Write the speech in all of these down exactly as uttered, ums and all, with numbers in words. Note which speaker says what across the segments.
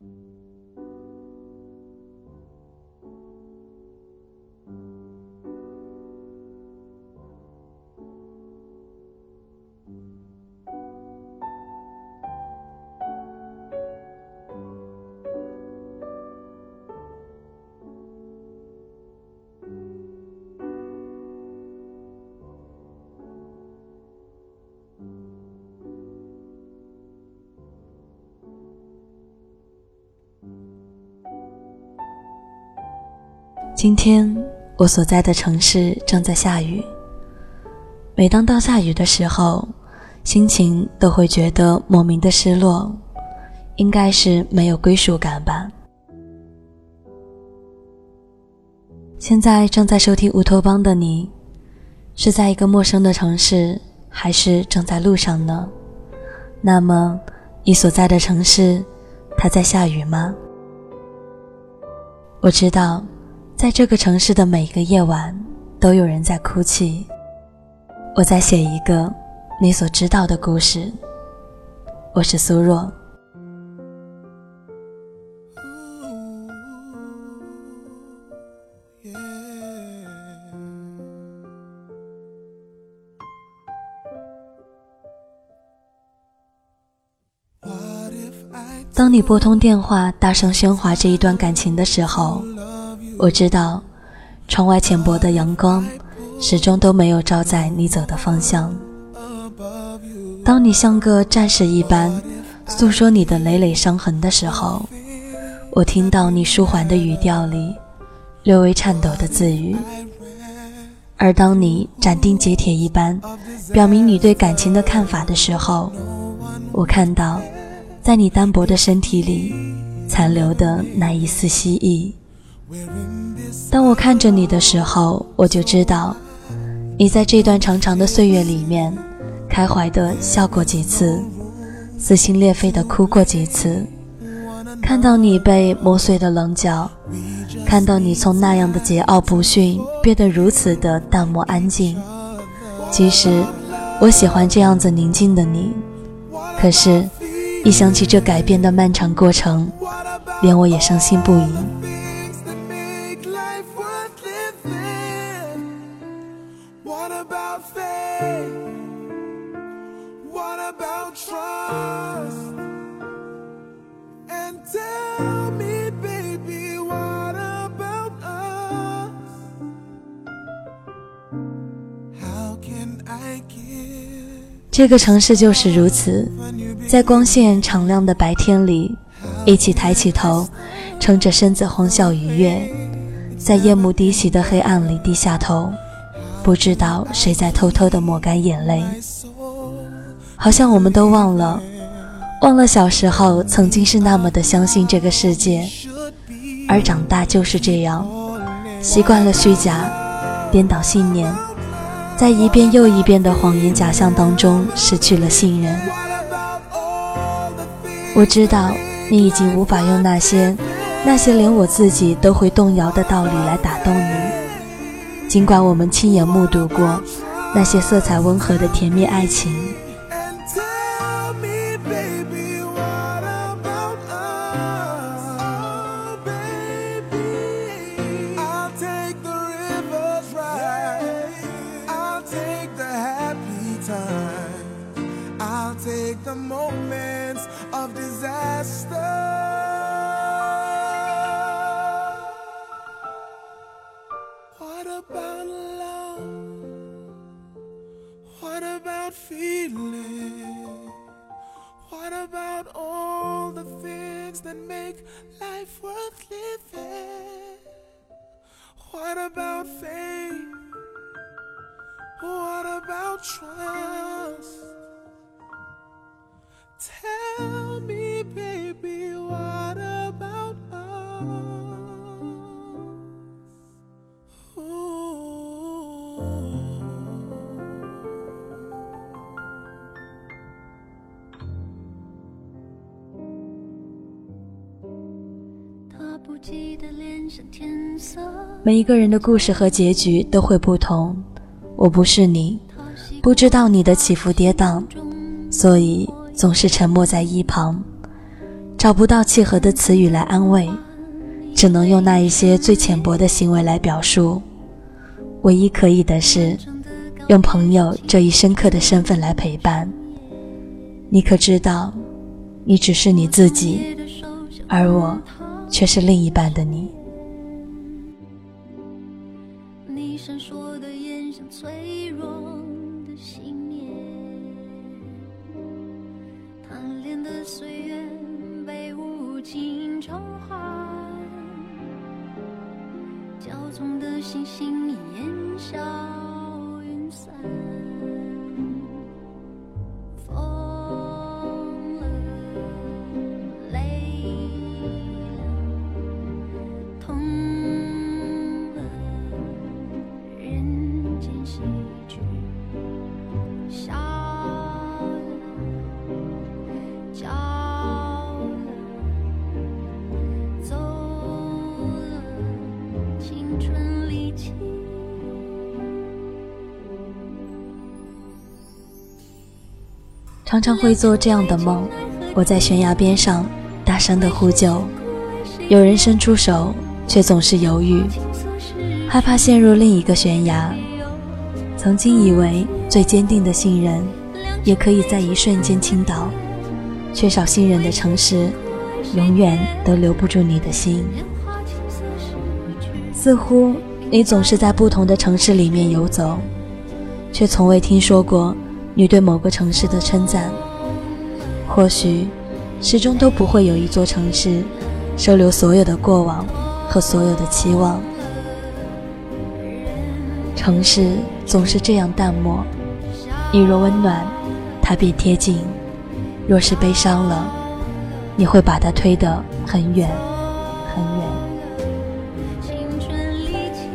Speaker 1: 今天我所在的城市正在下雨，每当到下雨的时候，心情都会觉得莫名的失落，应该是没有归属感吧。现在正在收听乌托邦的你，是在一个陌生的城市，还是正在路上呢？那么你所在的城市，它在下雨吗？我知道在这个城市的每一个夜晚都有人在哭泣，我在写一个你所知道的故事。我是苏若。当你拨通电话大声喧哗这一段感情的时候，我知道窗外浅薄的阳光始终都没有照在你走的方向。当你像个战士一般诉说你的累累伤痕的时候，我听到你舒缓的语调里略微颤抖的自语。而当你斩钉截铁一般表明你对感情的看法的时候，我看到在你单薄的身体里残留的那一丝希翼。当我看着你的时候，我就知道你在这段长长的岁月里面开怀地笑过几次，撕心裂肺地哭过几次。看到你被磨碎的棱角，看到你从那样的桀骜不驯变得如此的淡漠安静。其实我喜欢这样子宁静的你，可是一想起这改变的漫长过程，连我也伤心不已。这个城市就是如此，在光线敞亮的白天里，一起抬起头，撑着身子欢笑愉悦，在夜幕低袭的黑暗里低下头，不知道谁在偷偷地抹干眼泪。好像我们都忘了忘了小时候曾经是那么的相信这个世界，而长大就是这样，习惯了虚假，颠倒信念，在一遍又一遍的谎言假象当中失去了信任。我知道你已经无法用那些那些连我自己都会动摇的道理来打动你，尽管我们亲眼目睹过那些色彩温和的甜蜜爱情。
Speaker 2: Feeling. What about all the things that make life worth living? What about faith? What about trust? Tell me, baby, what about us? Ooh.
Speaker 1: 每一个人的故事和结局都会不同，我不是你，不知道你的起伏跌宕，所以总是沉默在一旁， 找不到契合的词语来安慰，只能用那一些最浅薄的行为来表述。唯一可以的是用朋友这一深刻的身份来陪伴。你可知道，你只是你自己，而我却是另一半的你。
Speaker 3: 你闪烁的眼像脆弱的信念，贪恋的岁月被无情偿还，骄纵的星星烟消云散，疯了，累了，痛了，人间喜剧，笑了，骄了，走了，青春离奇。
Speaker 1: 常常会做这样的梦，我在悬崖边上大声地呼救，有人伸出手，却总是犹豫，害怕陷入另一个悬崖。曾经以为最坚定的信任也可以在一瞬间倾倒，缺少信任的城市永远都留不住你的心。似乎你总是在不同的城市里面游走，却从未听说过你对某个城市的称赞。或许始终都不会有一座城市收留所有的过往和所有的期望。城市总是这样淡漠，你若温暖，它便贴近；若是悲伤了，你会把它推得很远很远。
Speaker 3: 青春离奇。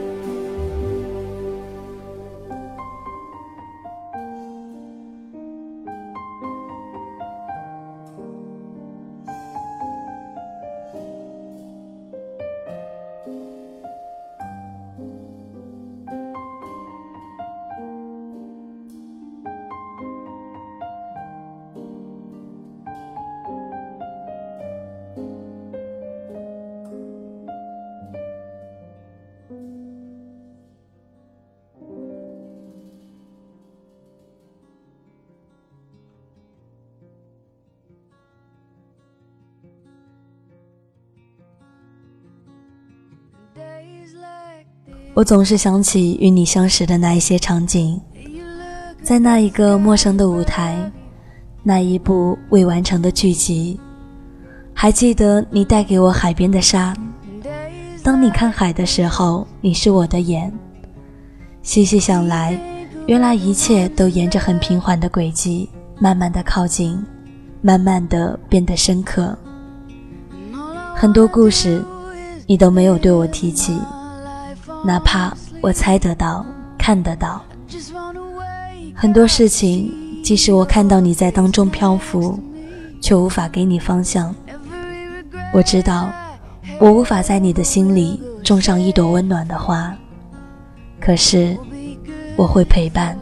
Speaker 1: 我总是想起与你相识的那一些场景，在那一个陌生的舞台，那一部未完成的剧集。还记得你带给我海边的沙，当你看海的时候，你是我的眼。细细想来，原来一切都沿着很平缓的轨迹，慢慢的靠近，慢慢的变得深刻。很多故事你都没有对我提起，哪怕我猜得到，看得到。很多事情即使我看到你在当中漂浮，却无法给你方向。我知道我无法在你的心里种上一朵温暖的花，可是我会陪伴。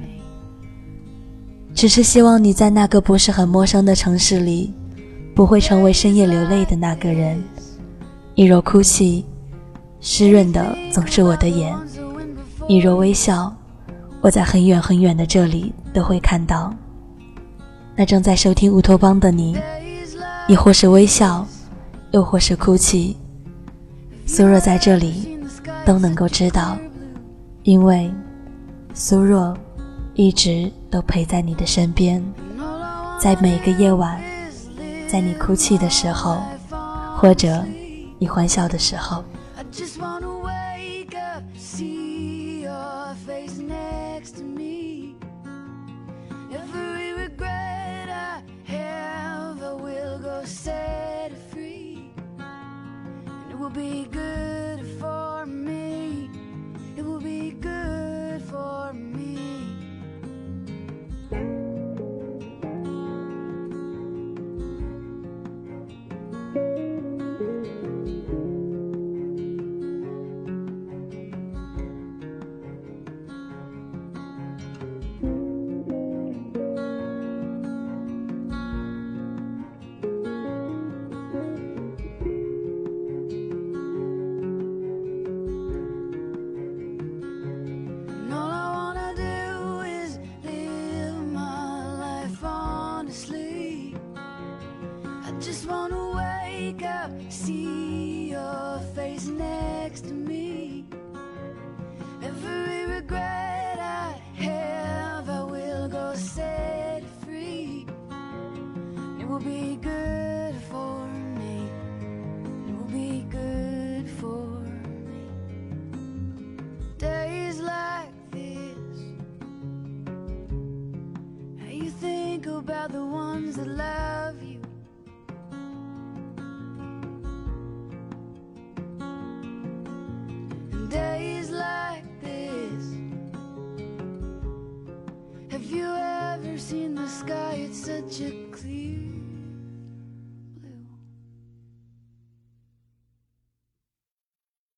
Speaker 1: 只是希望你在那个不是很陌生的城市里，不会成为深夜流泪的那个人。你若哭泣，湿润的总是我的眼；你若微笑，我在很远很远的这里都会看到。那正在收听乌托邦的你，亦或是微笑，又或是哭泣，苏若在这里都能够知道，因为苏若一直都陪在你的身边，在每个夜晚，在你哭泣的时候，或者你欢笑的时候。
Speaker 3: I just wanna wake up, see your face next to me. Every regret I have, I will go set it free. And it will be good for me. It will be good for me. Just wanna wake up, see your face next to me. Every regret I have, I will go set free. It will be good for me. It will be good for me. Days like this, how you think about the ones that love you. And days like this, have you ever seen the sky? It's such a clear